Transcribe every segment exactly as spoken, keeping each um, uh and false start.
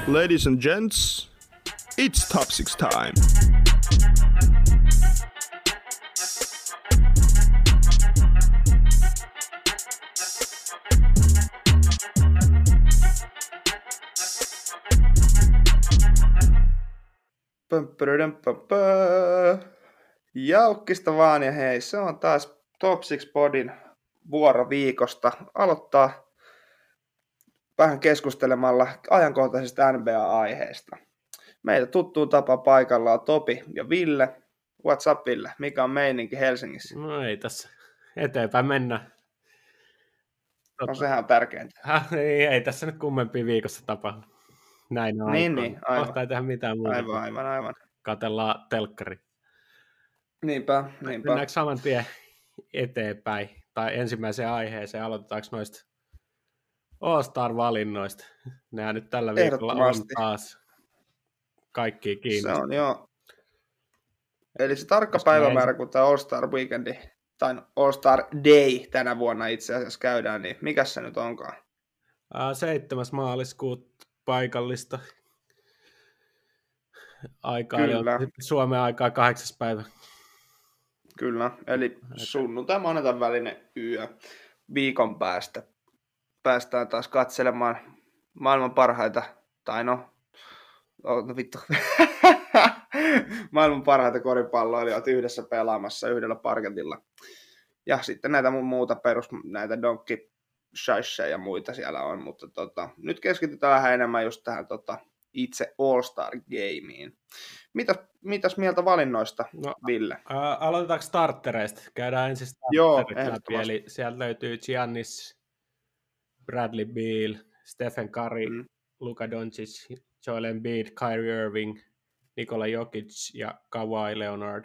Ladies and gents, it's top six time. Jaukkista vaan ja hei, se on taas Top six Podin vuoro viikosta. Aloittaa vähän keskustelemalla ajankohtaisista N B A-aiheista. Meitä tuttuun tapa paikalla on Topi ja Ville. What's up, Ville? Mikä on meininki Helsingissä? No ei tässä eteenpäin mennä. No sehän on tärkeintä. Häh, ei, ei tässä nyt kummempia viikossa tapahdu. Näin on Niin, aikoina. niin, aivan. Kohta ei tehdä mitään muuta. Aivan, aivan, aivan. Katellaan telkkari. Niinpä, niinpä. Mennäänkö saman tien eteenpäin? Tai ensimmäiseen aiheeseen, aloitetaanko noista All-Star-valinnoista? Nämä nyt tällä viikolla on taas kaikki kiinnostaa. Se on joo. Eli se tarkka päivämäärä, kun tämä All-Star Weekendi, tai All-Star Day tänä vuonna itse asiassa käydään, niin mikä se nyt onkaan? seitsemäs maaliskuuta paikallista aikaa, Kyllä. eli Suomen aikaa kahdeksas päivä. Kyllä, eli sunnuntai maanantain välinen yö viikon päästä. Päästään taas katselemaan maailman parhaita, tai no, no vittu, maailman parhaita koripalloilijoita yhdessä pelaamassa yhdellä parketilla. Ja sitten näitä muuta perus, näitä donkki shaisheja ja muita siellä on, mutta tota, nyt keskitytään vähän enemmän just tähän tota, itse All-Star-gameen. Mitäs, mitäs mieltä valinnoista, no, Ville? Ää, aloitetaanko startereista? Käydään ensin Joo, starterit läpi. Eli sieltä löytyy Giannis, Bradley Beal, Stephen Curry, mm. Luka Doncic, Joel Embiid, Kyrie Irving, Nikola Jokic ja Kawhi Leonard.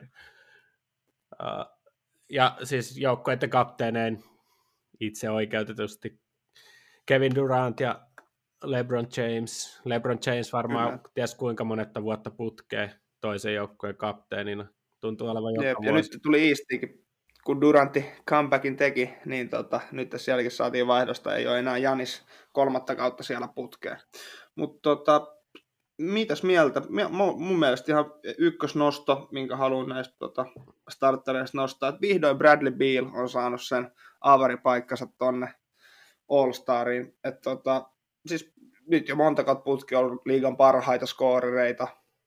Uh, ja siis joukkueiden kapteeneen itse oikeutetusti Kevin Durant ja LeBron James. LeBron James varmaan Kyllä. ties kuinka monetta vuotta putkee toisen joukkueen kapteenina. Tuntuu olevan joka Jep, vuosi. Ja nyt tuli Eastiinkin, kun Durantti comebackin teki, niin tota, nyt sielläkin saatiin vaihdosta. Ei ole enää Janis kolmatta kautta siellä putkeen. Mutta tota, mitäs mieltä? Mun mielestä ihan ykkösnosto, minkä haluan näistä tota, startereista nostaa, että vihdoin Bradley Beal on saanut sen avaripaikkansa tonne All-Stariin. Että tota, siis nyt jo monta kautta putki on ollut liigan parhaita skoorereita,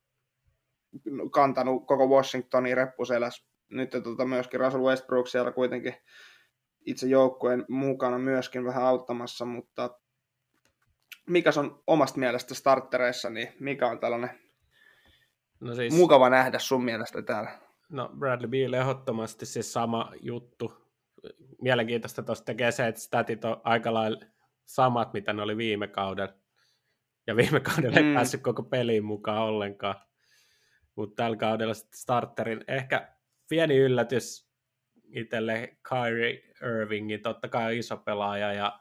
kantanut koko Washingtonin reppuselässä. Nyt tota, myöskin Russell Westbrook siellä kuitenkin itse joukkueen mukana myöskin vähän auttamassa, mutta mikä on omasta mielestä startereissa, niin mikä on tällainen no siis, mukava nähdä sun mielestä täällä? No Bradley Beal ehdottomasti siis sama juttu. Mielenkiintoista tuossa tekee se, että statit on aika lailla samat, mitä ne oli viime kaudella. Ja viime kaudella mm. ei päässyt koko peliin mukaan ollenkaan. Mutta tällä kaudella starterin ehkä pieni yllätys itselle Kyrie Irvingin. Totta kai on iso pelaaja ja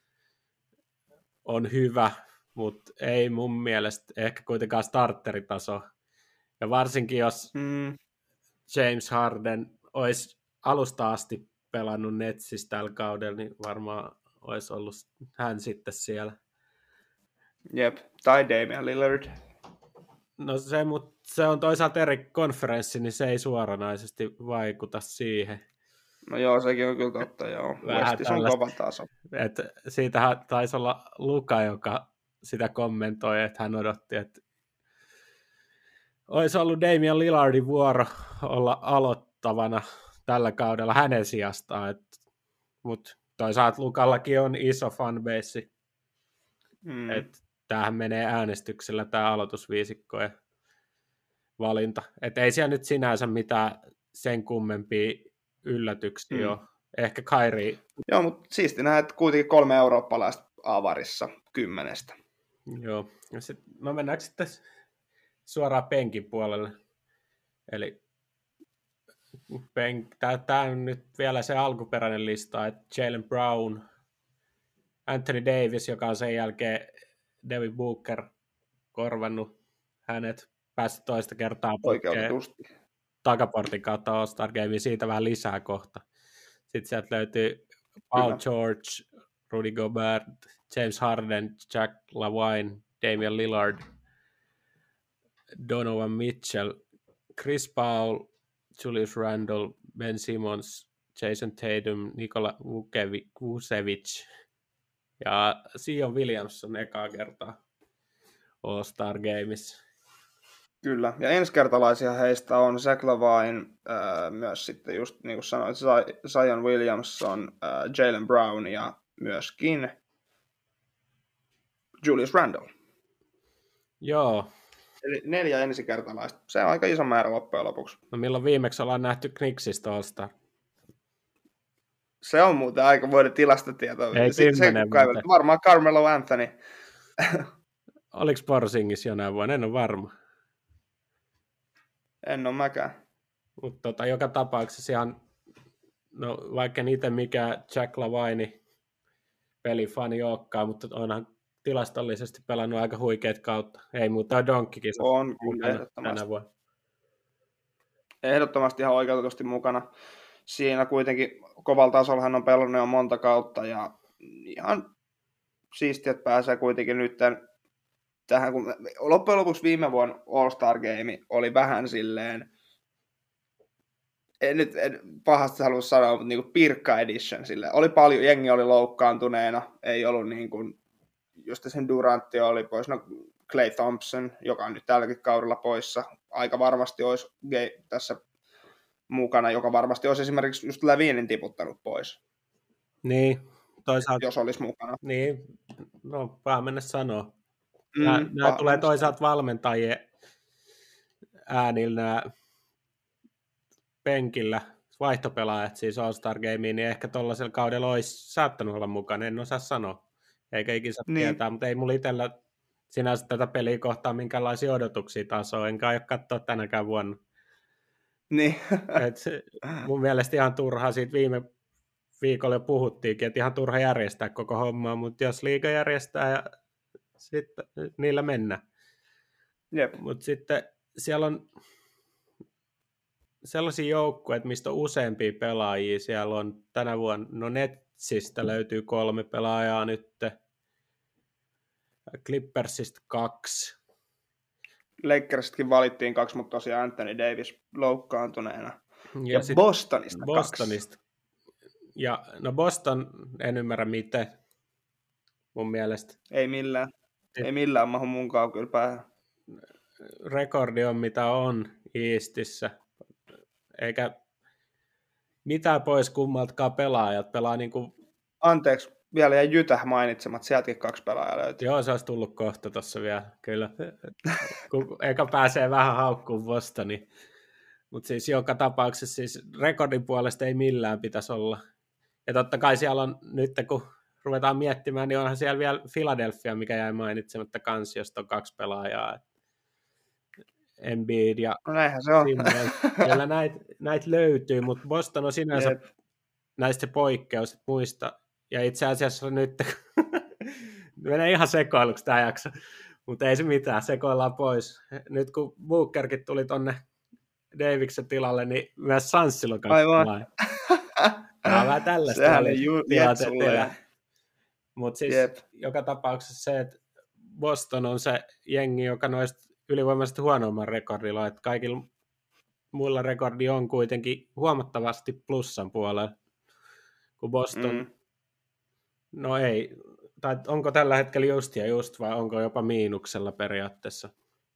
on hyvä, mutta ei mun mielestä ehkä kuitenkaan starteritaso. Ja varsinkin jos mm. James Harden olisi alusta asti pelannut Netsissä tällä kaudella, niin varmaan olisi ollut hän sitten siellä. Jep, tai Damian Lillard. No se, mutta se on toisaalta eri konferenssi, niin se ei suoranaisesti vaikuta siihen. No joo, sekin on kyllä totta, joo. Westis on kova taso. Että siitähän taisi olla Luka, joka sitä kommentoi, että hän odotti, että olisi ollut Damian Lillardin vuoro olla aloittavana tällä kaudella hänen sijastaan. Mutta toisaalta Lukallakin on iso fanbase. Mm. Että tämähän menee äänestyksellä tämä aloitusviisikkojen valinta. Että ei siellä nyt sinänsä mitään sen kummempia yllätyksiä mm. ole. Ehkä Kyrie. Joo, mutta siisti nähdä, että kuitenkin kolme eurooppalaista avarissa kymmenestä. Joo, ja sit, no mennäänkö sitten suoraan penkin puolelle. Eli penk, tämä on nyt vielä se alkuperäinen lista, että Jaylen Brown, Anthony Davis, joka on sen jälkeen Devin Booker korvannut hänet, päässyt toista kertaa takaportin kautta All-Star Gameen, siitä vähän lisää kohta. Sitten sieltä löytyy Paul Kyllä. George, Rudy Gobert, James Harden, Jack LaVine, Damian Lillard, Donovan Mitchell, Chris Paul, Julius Randle, Ben Simmons, Jason Tatum, Nikola Vucevic ja Zion Williamson ekaa kertaa All-Star Gameissa. Kyllä, ja ensikertalaisia heistä on Zach LaVine, äh, myös sitten just niin kuin sanoit, Zion Williamson, äh, Jaylen Brown ja myöskin Julius Randle. Joo. Eli neljä ensikertalaista. Se on aika iso määrä loppujen lopuksi. No milloin viimeksi ollaan nähty Knicksistä All-Star? Se on muuten aika vuoden tilastotietoa. Ei se, se, varmaan Carmelo Anthony. Oliko Porzingis jonain vuonna? En ole varma. En ole mäkään. Mutta tota, joka tapauksessa ihan, no vaikka en itse mikään Jack LaVine pelifani olekaan, mutta onhan tilastollisesti pelannut aika huikeat kautta. Ei muuta Donkkikin on kyllä ehdottomasti. Tänä vuonna. Ehdottomasti ihan oikeutetusti mukana. Siinä kuitenkin kovalla tasolla hän on pelannut jo monta kautta ja ihan siistiä, että pääsee kuitenkin nyt tähän, kun loppujen lopuksi viime vuonna All-Star Game oli vähän silleen, en nyt en pahasti halua sanoa, mutta niin kuin Pirkka Edition silleen. Oli paljon, jengi oli loukkaantuneena, ei ollut niin kuin, just sen Durantti oli pois, no Klay Thompson, joka on nyt tälläkin kaudella poissa, aika varmasti olisi tässä mukana, joka varmasti olisi esimerkiksi just Levinin tiputtanut pois. Niin, toisaalta. Jos olisi mukana. Niin, no vähän mennä sanoa. Nämä, mm, nämä tulee toisaalta valmentajien äänillä, nämä penkillä vaihtopelaajat siis All-Star Gameen, niin ehkä tuollaisella kaudella olisi saattanut olla mukana, en osaa sanoa, eikä ikinä saa niin tietää, mutta ei mulla itsellä sinänsä tätä peliä kohtaan minkälaisia odotuksia tasoa, enkä aio katsoa tänäkään vuonna. Niin. Et mun mielestä ihan turhaa siitä viime viikolla jo puhuttiinkin, että ihan turha järjestää koko hommaa, mutta jos liiga järjestää ja sitten niillä mennään. Jep. Mutta sitten siellä on sellaisia joukkueita, mistä on useampia pelaajia. Siellä on tänä vuonna, no Netsistä löytyy kolme pelaajaa nyt, Clippersista kaksi. Lakersistakin valittiin kaksi, mutta tosiaan Anthony Davis loukkaantuneena. Ja, ja Bostonista, Bostonista kaksi. Ja no Boston, en ymmärrä miten, mun mielestä. Ei millään. Ei millään mahu munkaan kyllä päähän. Rekordi on mitä on Eastissä. Eikä mitään pois kummaltakaan pelaajat. Pelaa niin kuin... Anteeksi, vielä jäi Jytä mainitsemat. Sieltäkin kaksi pelaajaa löytyy. Joo, se olisi tullut kohta tuossa vielä, kyllä. Kun eka pääsee vähän haukkuun Bostoniin. Mutta siis joka tapauksessa siis rekordin puolesta ei millään pitäisi olla. Ja totta kai siellä on nyt, kun ruvetaan miettimään, niin onhan siellä vielä Philadelphia, mikä jäi mainitsematta kans, josta on kaksi pelaajaa. Embiid ja no näinhän se on. Kyllä näitä näit löytyy, mutta Boston on sinänsä Jep. näistä se poikkeus, että muista. Ja itse asiassa nyt, menee ihan sekoiluksi tämä jakso, mutta ei se mitään, sekoillaan pois. Nyt kun Bookerkin tuli tonne Daviksen tilalle, niin myös Sanssilla kaksi Aivan. Tämä on vähän tällaista. Sehän ei jutsulle. Mutta siis Jep. joka tapauksessa se, että Boston on se jengi, joka noista ylivoimaisesti huonomman rekordilla, että kaikilla muilla rekordi on kuitenkin huomattavasti plussan puolella, kun Boston, mm. no ei, tai onko tällä hetkellä just ja just, vai onko jopa miinuksella periaatteessa.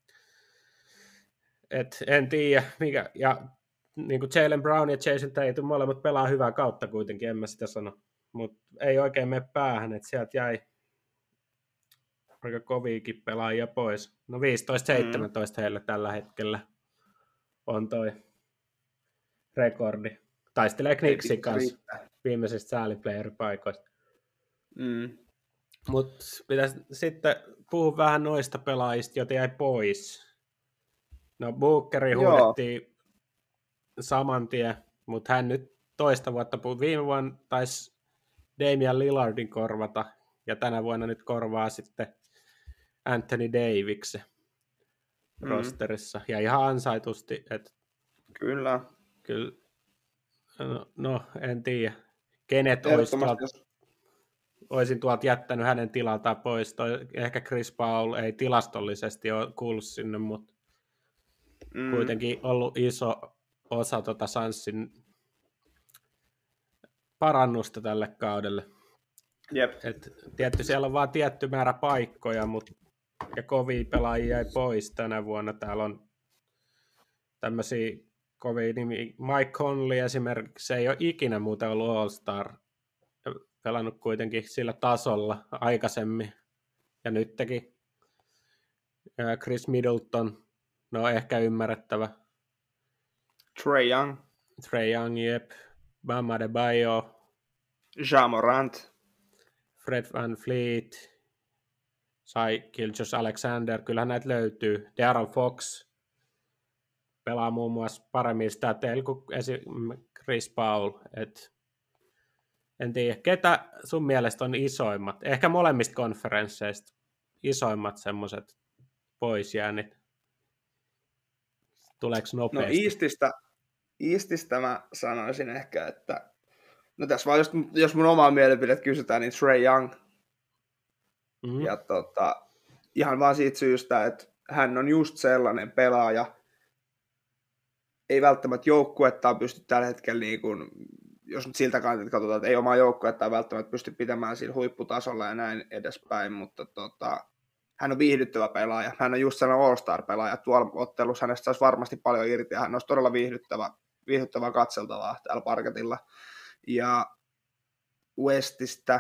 Et en tiedä, mikä, ja niin kuin Jaylen Brown ja Jason Tatum molemmat pelaa hyvää kautta kuitenkin, en mä sitä sano, mutta ei oikein mene päähän, että sieltä jäi aika koviikin pelaajia pois. No viisitoista seitsemäntoista mm. heillä tällä hetkellä on toi rekordi. Taistelee Knicksin kanssa viimeisistä sääliplayer-paikoista. Mm. Mutta pitäisi sitten puhua vähän noista pelaajista, joita jäi pois. No Bookeri huudettiin saman tien, mutta hän nyt toista vuotta puhuu. Viime vuonna taisi Damian Lillardin korvata, ja tänä vuonna nyt korvaa sitten Anthony Davis mm. rosterissa. Ja ihan ansaitusti, että Kyllä. Kyllä. No, no en tiedä. Kenet olisi tuolta... olisin tuolta jättänyt hänen tilaltaan pois. Toi, ehkä Chris Paul ei tilastollisesti ole kuullut sinne, mutta mm. kuitenkin ollut iso osa tota Sunssin parannusta tälle kaudelle. Jep. Et, tietty siellä on vaan tietty määrä paikkoja, mutta ja kovia pelaajia ei pois tänä vuonna. Täällä on tämmöisiä kovia nimi. Mike Conley esimerkiksi ei ole ikinä muuten ollut All-Star. Pelannut kuitenkin sillä tasolla aikaisemmin. Ja nytkin Chris Middleton, no ehkä ymmärrettävä. Trae Young. Trae Young, jep. Bam Adebayo. Ja Morant. Fred VanVleet. Sai Gilgeous Alexander. Kyllähän näitä löytyy. De'Aaron Fox pelaa muun muassa paremmin stateilla kuin esim. Chris Paul. Et en tiedä, ketä sun mielestä on isoimmat? Ehkä molemmista konferensseista isoimmat semmoiset poisjäänit. Tuleeko nopeasti? No Eastistä, Eastistä mä sanoisin ehkä, että no tässä vaan, jos, jos mun omaa mielipidet kysytään, niin Trae Young. Mm-hmm. Ja tota, ihan vaan siitä syystä, että hän on just sellainen pelaaja, ei välttämättä joukkuetta pysty tällä hetkellä, niin kuin, jos nyt siltä kantilta katsotaan, että ei omaa joukkuetta välttämättä pysty pitämään sillä huipputasolla ja näin edespäin, mutta tota, hän on viihdyttävä pelaaja. Hän on just sellainen All-Star-pelaaja. Tuolla ottelussa hänestä saisi varmasti paljon irti ja hän olisi todella viihdyttävä, viihdyttävä katseltavaa täällä parketilla. Ja Westistä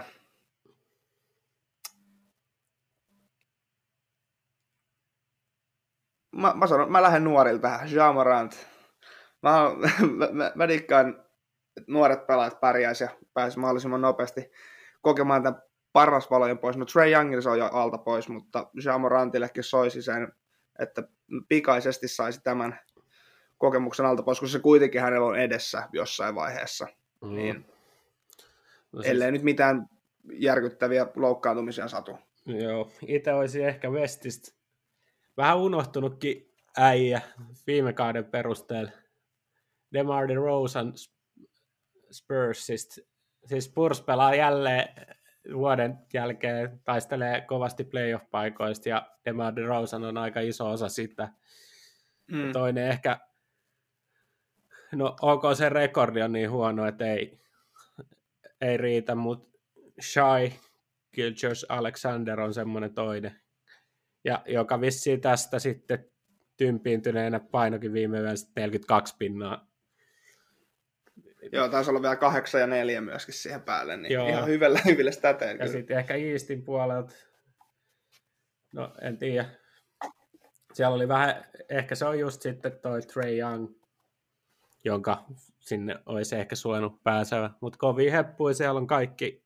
Mä, mä, sanon, mä lähden nuorille tähän. Ja Morant. Mä, mä, mä, mä dikkaan, että nuoret pelaajat pärjäisivät ja pääsivät mahdollisimman nopeasti kokemaan tämän paras valojen pois. No Trae Youngille se on jo alta pois, mutta Ja Morantillekin soisi sen, että pikaisesti saisi tämän kokemuksen alta pois, koska se kuitenkin hänellä on edessä jossain vaiheessa. Mm. Niin, no siis, ellei nyt mitään järkyttäviä loukkaantumisia satu. Joo, itse olisin ehkä Westistä vähän unohtunutkin äijä viime kauden perusteella. DeMar DeRozan Spursista. Siis Spurs pelaa jälleen vuoden jälkeen, taistelee kovasti playoff-paikoista ja DeMar DeRozan on aika iso osa sitä. Mm. Toinen ehkä, no ok se rekordi on niin huono, että ei, ei riitä, mutta Shai Gilgeous Alexander on semmoinen toinen. Ja joka vissiin tästä sitten tympiintyneenä painokin viime yön neljäkymmentäkaksi pinnaa. Joo, taisi olla vielä kahdeksan ja neljä myöskin siihen päälle, niin joo. Ihan hyvillä, hyvillä stateilla. Ja sitten ehkä Eastin puolelta, no en tiedä, siellä oli vähän, ehkä se on just sitten toi Trae Young, jonka sinne olisi ehkä suojannut pääsevä, mutta kovin heppuja siellä on kaikki.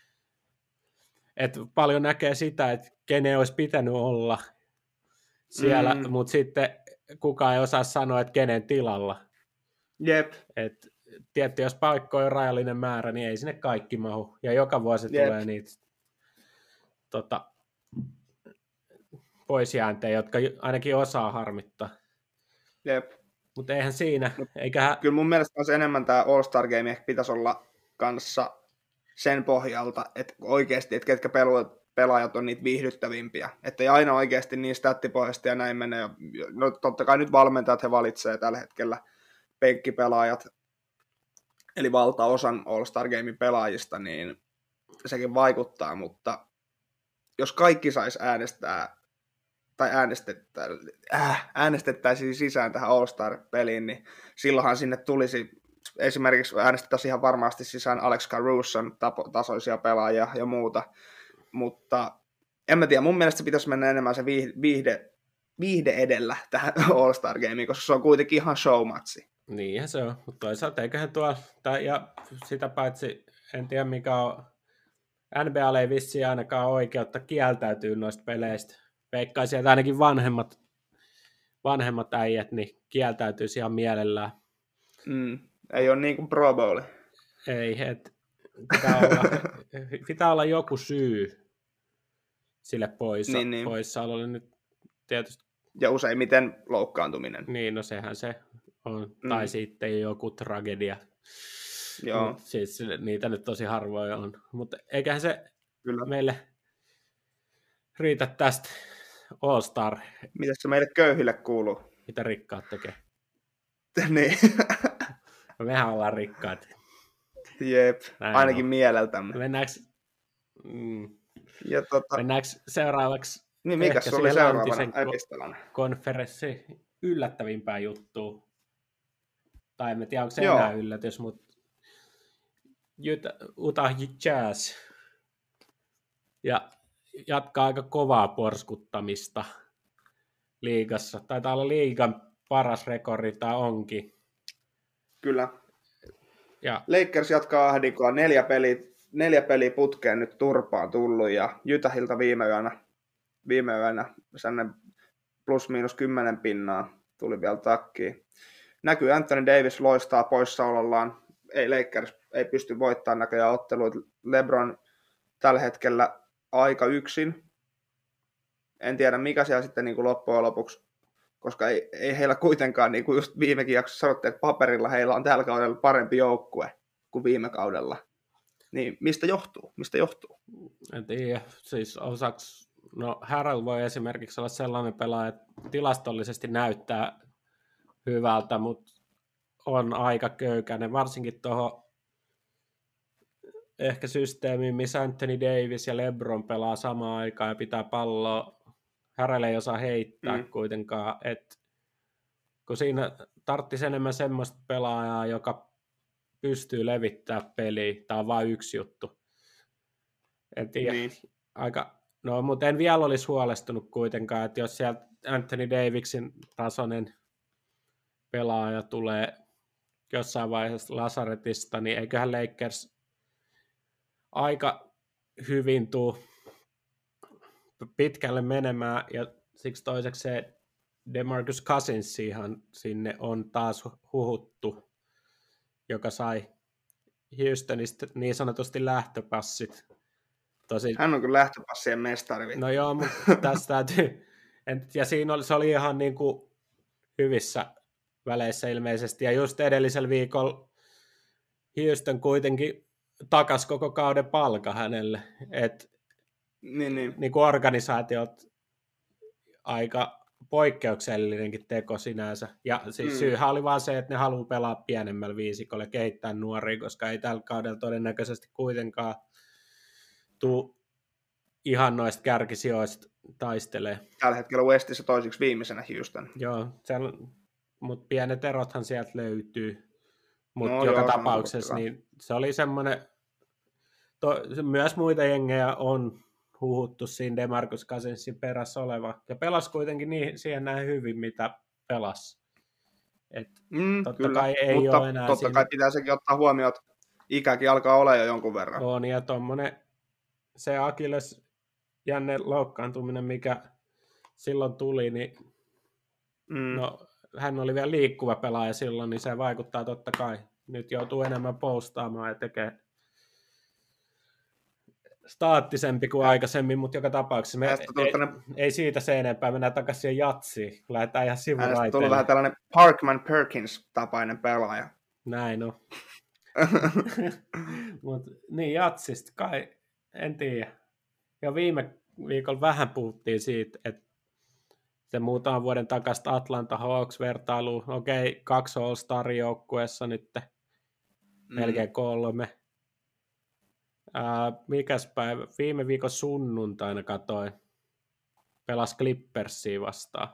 Et paljon näkee sitä, että kenen olisi pitänyt olla siellä, mm. mutta sitten kukaan ei osaa sanoa, että kenen tilalla. Jep. Et, tietty, jos paikkoja on rajallinen määrä, niin ei sinne kaikki mahu. Ja joka vuosi Jep. tulee niitä tota, poisjääntejä, jotka ainakin osaa harmittaa. Jep. Mutta eihän siinä. Eiköhän... Kyllä mun mielestä on enemmän tämä All-Star Game ehkä pitäisi olla kanssa sen pohjalta, että oikeasti, että ketkä pelaajat on niitä viihdyttävimpiä. Että ei aina oikeasti niin stattipohjaisesti ja näin menee. No totta kai nyt valmentajat he valitsee tällä hetkellä penkkipelaajat, eli valtaosan All-Star Gamein pelaajista, niin sekin vaikuttaa, mutta jos kaikki sais äänestää, tai äänestettä, äh, äänestettäisiin sisään tähän All-Star-peliin, niin silloinhan sinne tulisi esimerkiksi äänestettäisiin ihan varmasti sisään Alex Caruson tasoisia pelaajia ja muuta, mutta en mä tiedä, mun mielestä se pitäisi mennä enemmän se viihde, viihde edellä tähän All-Star Gameen, koska se on kuitenkin ihan showmatsi. Niinhän se on, mutta toisaalta eiköhän tuolla, tai, ja sitä paitsi en tiedä mikä on, N B A ei vissiin ainakaan oikeutta kieltäytyy noista peleistä. Veikkaisin, että ainakin vanhemmat, vanhemmat äijät niin kieltäytyisi ihan mielellään. Mm. Ei ole niin kuin Pro Bowl. Ei, et, pitää, olla, pitää olla joku syy sille poissa, niin, niin. poissaololle nyt tietysti. Ja useimmiten loukkaantuminen. Niin, no sehän se on. Mm. Tai sitten joku tragedia. Joo. Mut, siis niitä nyt tosi harvoin on. Mutta eiköhän se Kyllä. Meille riitä tästä All-Star. Mitäs se meille köyhille kuuluu? Mitä rikkaat tekee? Niin. Mehän ollaan rikkaat. Jep, Näin ainakin on. Mieleltämme. Mennäänkö, mm, ja tota... Mennäänkö seuraavaksi? Niin, mikä se oli seuraavana epistolana? Konferenssi yllättävimpää juttua. Tai en tiedä, onko se Joo. enää yllätys, mutta Utah Jazz ja jatkaa aika kovaa porskuttamista liigassa. Taitaa olla liigan paras rekordi, tai onkin. Kyllä. Ja. Lakers jatkaa ahdinkoa. Neljä peliä, neljä peliä putkeen nyt turpaan tullut, ja Utahilta viime yönä, viime yönä sellainen plus miinus kymmenen pinnaa tuli vielä takkiin. Näkyy Anthony Davis loistaa poissaolollaan. Ei Lakers ei pysty voittamaan näköjään otteluita. LeBron tällä hetkellä aika yksin. En tiedä mikä siellä sitten niin kuin loppujen lopuksi, koska ei, ei heillä kuitenkaan, niin kuin just viimekin jaksossa sanottiin, että paperilla heillä on tällä kaudella parempi joukkue kuin viime kaudella. Niin mistä johtuu? Mistä johtuu? En tiedä. Siis osaksi, no Harrell voi esimerkiksi olla sellainen pelaaja, että tilastollisesti näyttää hyvältä, mutta on aika köykäinen, varsinkin tuohon ehkä systeemiin, missä Anthony Davis ja LeBron pelaa samaan aikaan ja pitää palloa. Harrell ei osaa heittää mm. kuitenkaan, että kun siinä tarvitsisi enemmän semmoista pelaajaa, joka pystyy levittämään peliä, tämä on vain yksi juttu. Et niin. aika, no, mutta en vielä olisi huolestunut kuitenkaan, että jos sieltä Anthony Davisin tasoinen pelaaja tulee jossain vaiheessa lasaretista, niin eiköhän Lakers aika hyvin tuu pitkälle menemään, ja siksi toiseksi se DeMarcus Cousinsihan sinne on taas huhuttu, joka sai Houstonista niin sanotusti lähtöpassit. Tosi... Hän on kyllä lähtöpassien mestari. No joo, mutta tästä täytyy, ja siinä oli, se oli ihan niin kuin hyvissä väleissä ilmeisesti, ja just edellisellä viikolla Houston kuitenkin takas koko kauden palka hänelle, että niin, niin. niin kuin organisaatiot aika poikkeuksellinenkin teko sinänsä, ja siis mm. syyhän oli vaan se, että ne haluaa pelaa pienemmällä viisikolla ja kehittää nuoria, koska ei tällä kaudella todennäköisesti kuitenkaan tule ihan noista kärkisijoista taistelee. Tällä hetkellä Westissä toisiksi viimeisenä Houston. Joo, mutta pienet erothan sieltä löytyy, mutta no, joka joo, tapauksessa niin se oli semmoinen, to, myös muita jengejä on huhuttu siinä DeMarcus Cousinsin perässä oleva, ja pelasi kuitenkin niin, siihen näin hyvin, mitä pelasi. Et mm, totta kyllä. kai ei mutta ole enää totta siinä... kai pitää sekin ottaa huomioon, että ikäkin alkaa olla jo jonkun verran. On, ja tuommoinen se Achilles jänne loukkaantuminen, mikä silloin tuli, niin mm. no, hän oli vielä liikkuva pelaaja silloin, niin se vaikuttaa totta kai. Nyt joutuu enemmän postaamaan ja tekee staattisempi kuin aikaisemmin, mutta joka tapauksessa me ei, tänne... ei siitä se enempää, mennään takaisin siihen jatsiin, lähdetään ihan sivuraiteille. Hänestä tuli vähän tällainen Parkman Perkins-tapainen pelaaja. Näin on. Mut, niin jatsista kai, en tiedä. Ja viime viikolla vähän puhuttiin siitä, että se muutaman vuoden takaisin Atlanta Hawks-vertailu, okei, kaksi All-Star-joukkueessa nyt, mm. melkein kolme. Ää, mikäs päivä? Viime viikon sunnuntaina katsoin, pelasi Clippersia vastaan.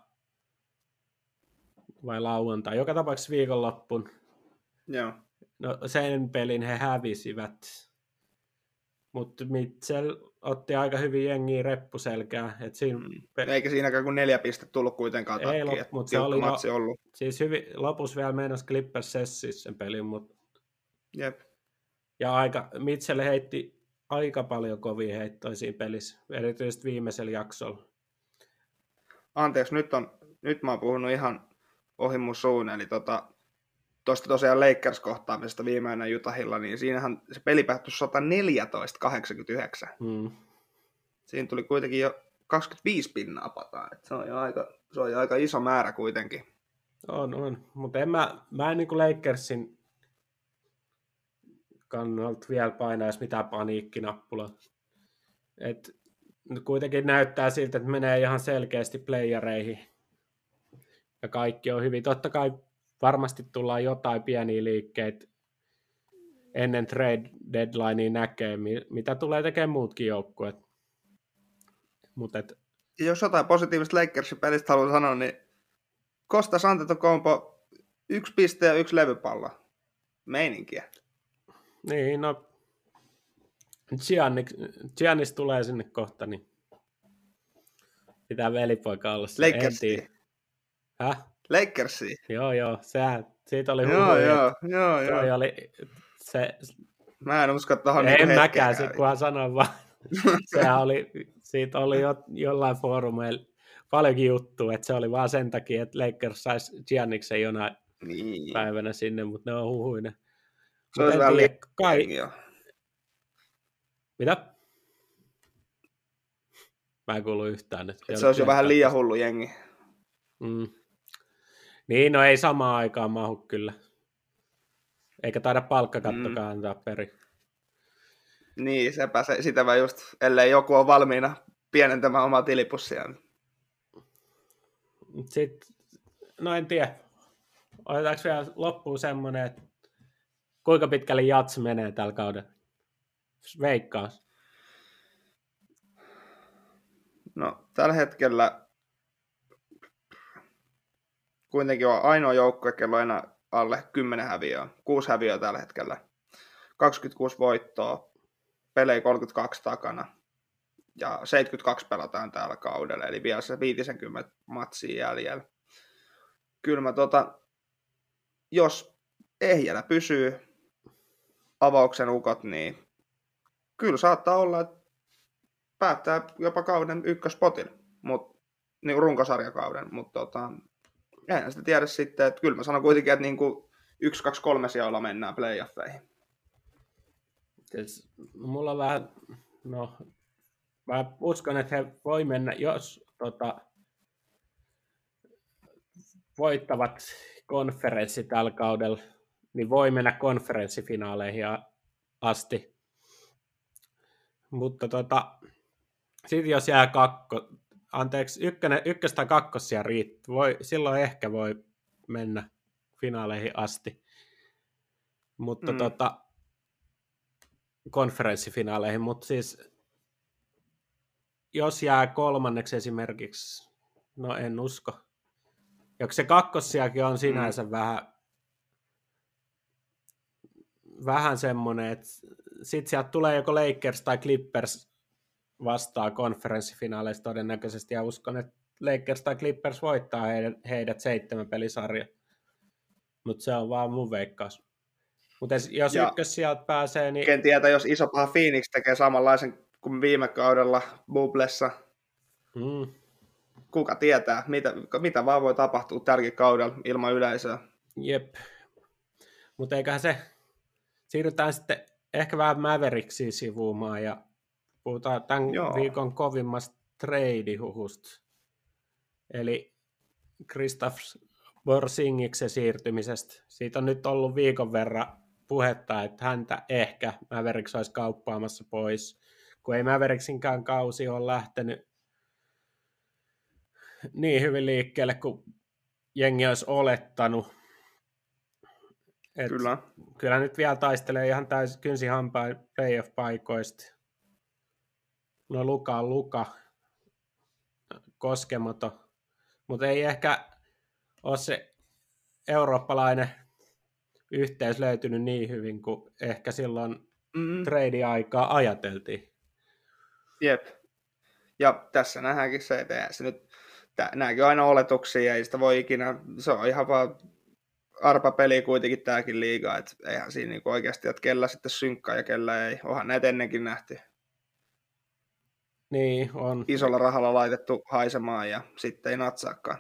Vai lauantai? Joka tapauksessa viikonloppun. Joo. No sen pelin he hävisivät. Mutta Mitchell otti aika hyvin jengiä reppuselkää. Et siinä pe- Eikä siinäkään kun neljä pistettä tullut kuitenkaan takkiin. Ei, mutta se oli jo, ollut. Siis hyvin, lopussa vielä meinasi Clippers sessissä sen pelin. Mut... Jep. Ja aika, Mitchell heitti aika paljon kovia heittoja siinä pelissä, erityisesti viimeisellä jaksolla. Anteeksi, nyt, on, nyt mä oon puhunut ihan ohi mun suun, eli tota, tuosta tosiaan Lakers-kohtaamisesta viimeinen Utahilla, niin siinähän se peli päättyi sata neljätoista kahdeksankymmentäyhdeksän. Hmm. Siinä tuli kuitenkin jo kaksikymmentäviisi pinnaa pataa, että se on jo aika, se on jo aika iso määrä kuitenkin. On, on, mutta en mä, mä en niin kuin Lakersin kannalta vielä painaisi mitään paniikkinappulaa. Et kuitenkin näyttää siltä, että menee ihan selkeästi playereihin. Ja kaikki on hyvin. Totta kai varmasti tullaan jotain pieniä liikkeitä ennen trade deadlinea näkee, mitä tulee tekemään muutkin joukkueet. Mut et... Jos jotain positiivista Lakersin pelistä haluan sanoa, niin Kostas Antetokounmpo yksi piste ja yksi levypallo. Meininkiä. Niin, no Giannis, Giannis tulee sinne kohta, niin pitää velipoika olla se. Lakersiin. Häh? Lakersiin. Joo, joo. Sehän, siitä oli joo, huhuja. Joo, joo, joo. Oli se... Mä en usko tuohon En niin mäkään, sit, kunhan sanoin vaan. Sehän oli, siitä oli jo, jollain foorumeilla paljonkin juttua, että se oli vaan sen takia, että Lakers saisi Gianniksen jonain niin. päivänä sinne, mutta ne on huhuina. Se olisi vähän liian kai... Mitä? Mä en kuulu yhtään nyt. Se olisi jo vähän liian hullu jengi. Mm. Niin, no ei samaan aikaan mahu kyllä. Eikä taida palkkakattokaan mm. antaa peri. Niin, sepä se, sitä mä just, ellei joku on valmiina pienentämään omaa tilipussiaan. Sitten, no en tiedä. Otetaanko vielä loppuun semmoinen, että kuinka pitkälle Jats menee tällä kaudella? Veikkaus. No, tällä hetkellä kuitenkin on ainoa joukkue, kello on enää alle kymmenen häviöä. Kuusi häviöä tällä hetkellä. kaksikymmentäkuusi voittoa, pelejä kolmekymmentäkaksi takana. Ja seitsemänkymmentäkaksi pelataan täällä kaudella, eli vielä se viisikymmentä matsia jäljellä. Kyllä mä tota, jos ehjänä pysyy avauksen ukot, niin kyllä saattaa olla, että päättää jopa kauden ykköspotin, mut, niin runkosarjakauden, mutta tota, eihän sitä tiedä sitten, että kyllä mä sanon kuitenkin, että niin kuin yksi, kaksi, kolme sijoilla mennään playoffeihin. Mulla on vähän, no, mä uskon, että he voi mennä, jos tota, voittavat konferenssi tällä kaudella, niin voi mennä konferenssifinaaleihin asti. Mutta tota, sitten jos jää kakko, anteeksi, ykkönen, ykkös- tai kakkosia riittää, voi, silloin ehkä voi mennä finaaleihin asti. Mutta mm. tota, konferenssifinaaleihin, mutta siis jos jää kolmanneksi esimerkiksi, no en usko. Ja se kakkossiakin on sinänsä mm. vähän, vähän semmoinen, että sitten sieltä tulee joko Lakers tai Clippers vastaan konferenssifinaaleissa todennäköisesti, ja uskon, että Lakers tai Clippers voittaa heidät, heidät seitsemän pelisarja. Mutta se on vaan mun veikkaus. Mutta jos ja ykkös sieltä pääsee, niin... Ken tietää, jos iso paha Phoenix tekee samanlaisen kuin viime kaudella Bubblessa. Mm. Kuka tietää, mitä, mitä vaan voi tapahtua tälläkin kaudella ilman yleisöä. Jep. Mutta eiköhän se... Siirrytään sitten ehkä vähän Mavericksia sivuumaan ja puhutaan tämän Joo. viikon kovimmasta trade-huhusta. Eli Kristaps Porzingiksen siirtymisestä. Siitä on nyt ollut viikon verran puhetta, että häntä ehkä Mavericks olisi kauppaamassa pois, kun ei Mavericksinkään kausi ole lähtenyt niin hyvin liikkeelle kuin jengi olisi olettanut. Et kyllä. Kyllä nyt vielä taistelee ihan täysin kynsihampain playoff-paikoista. No Luka on Luka, koskematon, mutta ei ehkä ole se eurooppalainen yhteys löytynyt niin hyvin kuin ehkä silloin mm. trade-aikaa ajateltiin. Jep. Ja tässä nähdäänkin se, että se nyt, nämäkin on aina oletuksia, ei sitä voi ikinä, se on ihan vaan arpapeli kuitenkin tämäkin liiga, että eihän siinä niinku oikeasti, että kellä sitten synkkaa ja kellä ei. Onhan näitä ennenkin nähty. Niin, on. Isolla rahalla laitettu haisemaan ja sitten ei natsaakaan.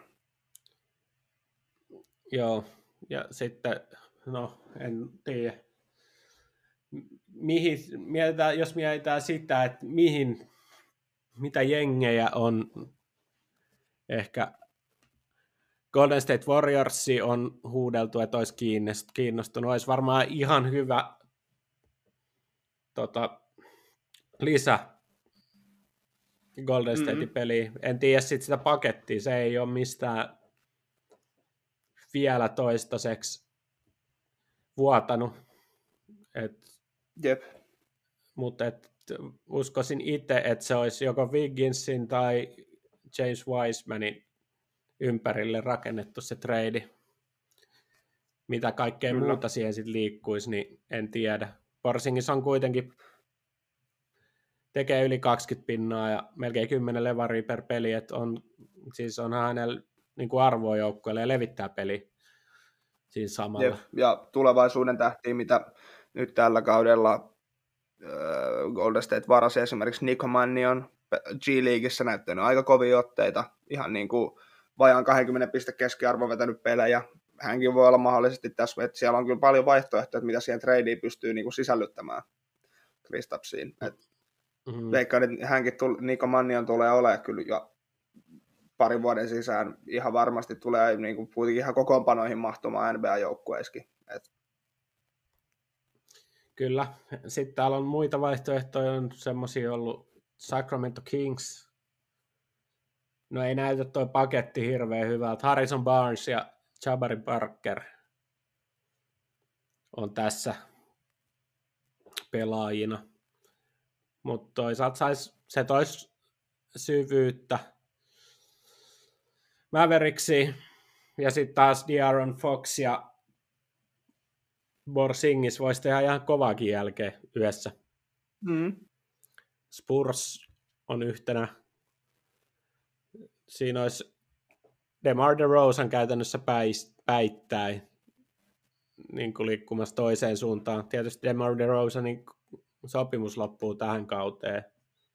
Joo, ja sitten, no en tiedä, mihin, mietitään, jos mietitään sitä, että mihin, mitä jengejä on ehkä Golden State Warriors on huudeltu, että olisi kiinnostunut. Olisi varmaan ihan hyvä tota, lisä Golden Mm-hmm. State-peliä. En tiedä sitten sitä pakettia, se ei ole mistään vielä toistaiseksi vuotanut. Et, Jep. mutta et, uskoisin itse, että se olisi joko Wigginsin tai James Wisemanin ympärille rakennettu se trade. Mitä kaikkea Kyllä. muuta siihen sitten liikkuisi, niin en tiedä. Porzingis on kuitenkin tekee yli kaksikymmentä pinnaa ja melkein kymmenen levaria per peli, että on, siis on hänellä niin kuin arvoa joukkueelle ja levittää peli siinä samalla. Jep. Ja tulevaisuuden tähtiä, mitä nyt tällä kaudella äh, Golden State varasi esimerkiksi Nico Mannion G-Leagueissä näyttänyt aika kovia otteita, ihan niin kuin vajaan kaksikymmentä piste keskiarvo vetänyt pelejä. Hänkin voi olla mahdollisesti tässä, että siellä on kyllä paljon vaihtoehtoja, että mitä siihen tradeen pystyy niin kuin sisällyttämään Kristapsiin. Mm-hmm. Veikkaan, että hänkin, tuli, Nico Mannion tulee olemaan kyllä jo parin vuoden sisään ihan varmasti tulee niin kuin kuitenkin ihan kokoonpanoihin mahtumaan N B A-joukkueissakin. Et. Kyllä. Sitten täällä on muita vaihtoehtoja, on semmoisia ollut Sacramento Kings. No ei näytä toi paketti hirveän hyvältä. Harrison Barnes ja Jabari Parker on tässä pelaajina. Mutta toisaalta sais, se toisi syvyyttä Mavericksiin. Ja sitten taas De'Aaron Fox ja Porzingis voisi tehdä ihan kovaakin jälkeen yhdessä. Mm. Spurs on yhtenä. Siinä olisi DeMar DeRozan käytännössä päittäin niin kuin liikkumassa toiseen suuntaan. Tietysti DeMar DeRozanin sopimus loppuu tähän kauteen.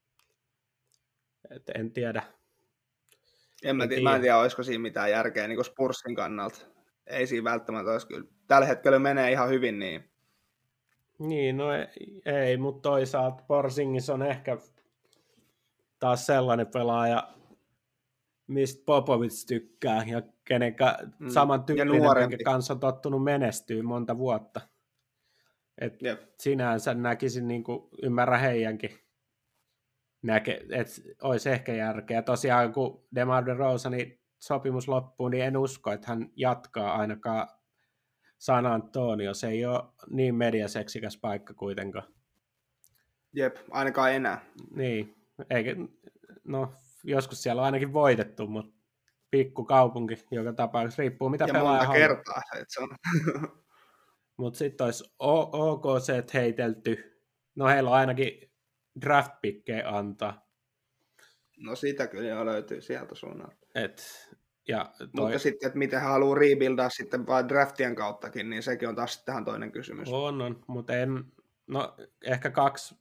Et en tiedä. En mä, tiedä, mä en tiedä, olisiko siinä mitään järkeä niin kuin Spursin kannalta. Ei siinä välttämättä olisi kyllä. Tällä hetkellä menee ihan hyvin niin. Niin, no ei, ei mutta toisaalta Porzingis on ehkä taas sellainen pelaaja, mistä Popovic tykkää ja kenenkä mm. saman tyylinen kanssa on tottunut menestyä monta vuotta. Et yep. Sinänsä näkisin, niin kuin ymmärrä heidänkin, näke, että olisi ehkä järkeä. Tosiaan kun DeMar DeRozanin sopimus loppuu, niin en usko, että hän jatkaa ainakaan San Antonio. Se ei ole niin mediaseksikäs paikka kuitenkaan. Jep, ainakaan enää. Niin, eikä, no joskus siellä on ainakin voitettu, mutta pikku kaupunki joka tapauksessa riippuu mitä ja pelaaja monta kertaa. Se on. Mutta sitten olisi O K C heitelty. No heillä on ainakin draft-pikkejä antaa. No sitä kyllä jo löytyy sieltä suunnalta. Et, ja toi... Mutta sitten, että miten hän haluaa rebuildaa sitten vain draftien kauttakin, niin sekin on taas tähän toinen kysymys. On, on, mutta en, no ehkä kaksi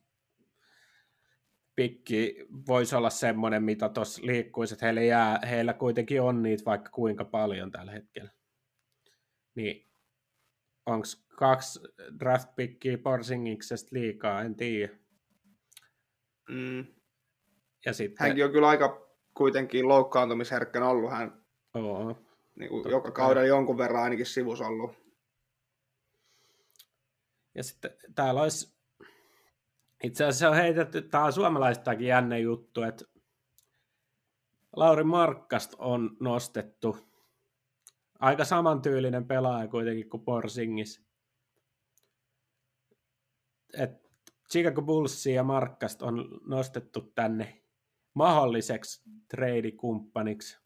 pikki voisi olla semmoinen, mitä tuossa liikkuisi, että heillä, jää, heillä kuitenkin on niitä vaikka kuinka paljon tällä hetkellä. Niin onko kaksi draft-pikkiä Porzingiksesta liikaa, en tiedä. Mm. Ja sitten... Hänkin on kyllä aika kuitenkin loukkaantumisherkkänä ollut. Hän Oo, niin kuin joka kaudella jonkun verran ainakin sivussa ollut. Ja sitten täällä olisi... Itse asiassa on heitetty, tämä on suomalaistakin jännä juttu, että Lauri Markkasta on nostettu. Aika samantyylinen pelaaja kuitenkin kuin Porzingis. Et Chicago Bullsia ja Markkasta on nostettu tänne mahdolliseksi treidikumppaniksi.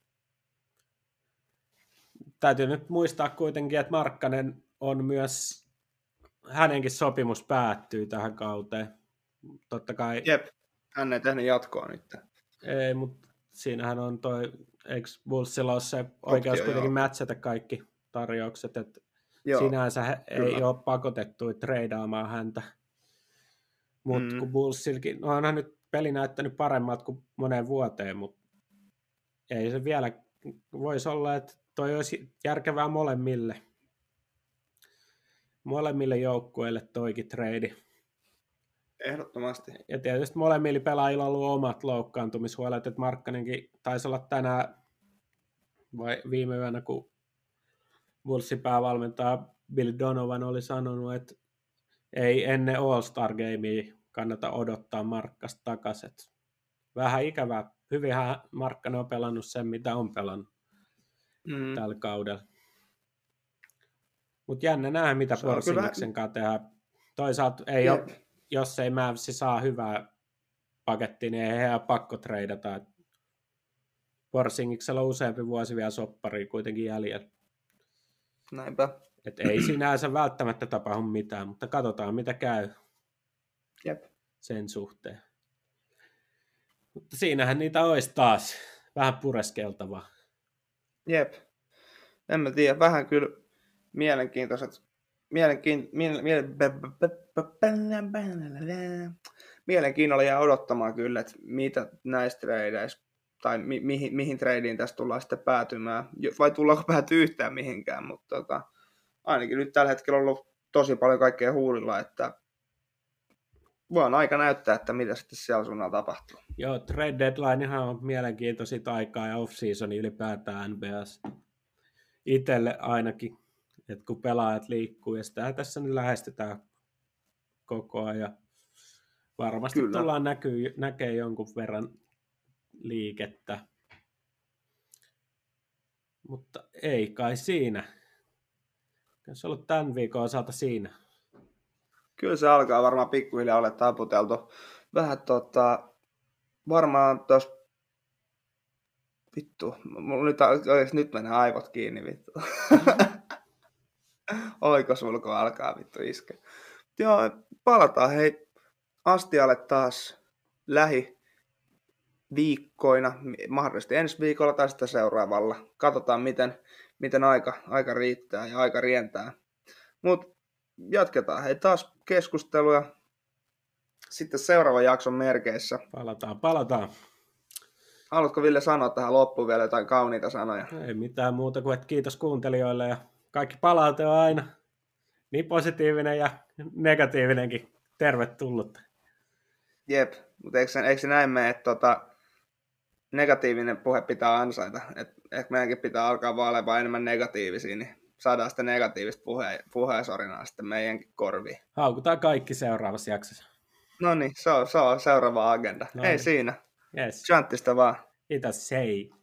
Täytyy nyt muistaa kuitenkin, että Markkanen on myös, hänenkin sopimus päättyy tähän kauteen. Totta kai... Jep, hän ei tehnyt jatkoa nyt. Ei, mutta siinähän on toi, eikö Bullsilla ole se oikeus Optio, kuitenkin joo. matchata kaikki tarjoukset, että joo, sinänsä he ei ole pakotettu treidaamaan häntä. Mutta mm. kun Bullsilkin, no onhan nyt peli näyttänyt paremmat kuin moneen vuoteen, mutta ei se vielä, voisi olla, että toi olisi järkevää molemmille. Molemmille joukkueille toikin treidi. Ehdottomasti. Ja tietysti molemmilla pelaajilla on ollut omat loukkaantumishuolet, että Markkanenkin taisi olla tänään vai viime yönä, kun Bullsin päävalmentaja Bill Donovan oli sanonut, että ei ennen All-Star Gamea kannata odottaa Markkasta takaisin. vähän ikävää. Hyvinhän Markkanen on pelannut sen, mitä on pelannut Mm. tällä kaudella. Mutta jännä nähdä, mitä Porzingiksen kanssa tehdään. Toisaalta ei Jep. ole, jos ei Mavsi saa hyvää pakettia, niin ei heidän pakko treidata. Porzingiksella on useampi vuosi vielä sopparia kuitenkin jäljellä. Näinpä. Et ei sinänsä välttämättä tapahdu mitään, mutta katsotaan mitä käy Jep. sen suhteen. Mutta siinähän niitä olisi taas vähän pureskeltavaa. Jep. En mä tiedä, vähän kyllä mielenkiintoiset, mielenkiin, miele, miele, mielenkiinnolla jää odottamaan kyllä, että mitä näistä tradeissa, tai mi, mihin, mihin tradeen tässä tullaan sitten päätymään, vai tullaanko päätyä yhtään mihinkään, mutta tota, ainakin nyt tällä hetkellä on ollut tosi paljon kaikkea huulilla, että voin aika näyttää, että mitä sitten siellä suunnalla tapahtuu. Joo, trade deadlinehan on mielenkiintoisit aikaa ja off-season ylipäätään N B A:ssa. Itselle ainakin, että kun pelaajat liikkuu ja sitä tässä nyt lähestytään koko ajan. Varmasti Kyllä. tullaan näkyy, näkee jonkun verran liikettä. Mutta ei kai siinä. Se on ollut tämän viikon osalta siinä. Kyllä se alkaa varmaan pikkuhiljaa olla taputeltu. Vähän tota, varmaan tuossa, vittu, mulla nyt, nyt menee aivot kiinni, vittu. Oikosulko alkaa vittu iskeä. Joo, palataan hei astialle taas lähi viikkoina, mahdollisesti ensi viikolla tai sitten seuraavalla. Katsotaan, miten, miten aika, aika riittää ja aika rientää. Mutta jatketaan hei taas keskustelua sitten seuraavan jakson merkeissä. Palataan, palataan. Haluatko Ville sanoa tähän loppuun vielä jotain kauniita sanoja? Ei mitään muuta kuin, että kiitos kuuntelijoille ja kaikki palaute on aina niin positiivinen ja negatiivinenkin tervetullut. Jep, mutta eikö, eikö se näin mene, että tota, negatiivinen puhe pitää ansaita? Että ehkä meidänkin pitää alkaa vaan olemaan enemmän negatiivisia, niin saadaan sitä negatiivista puhe, puheesorinaa sitten meidänkin korviin. Haukutaan kaikki seuraavassa jaksossa. No niin, se on, se on seuraava agenda. No Ei niin. siinä. Yes. Chanttista vaan. Kiitos, hei.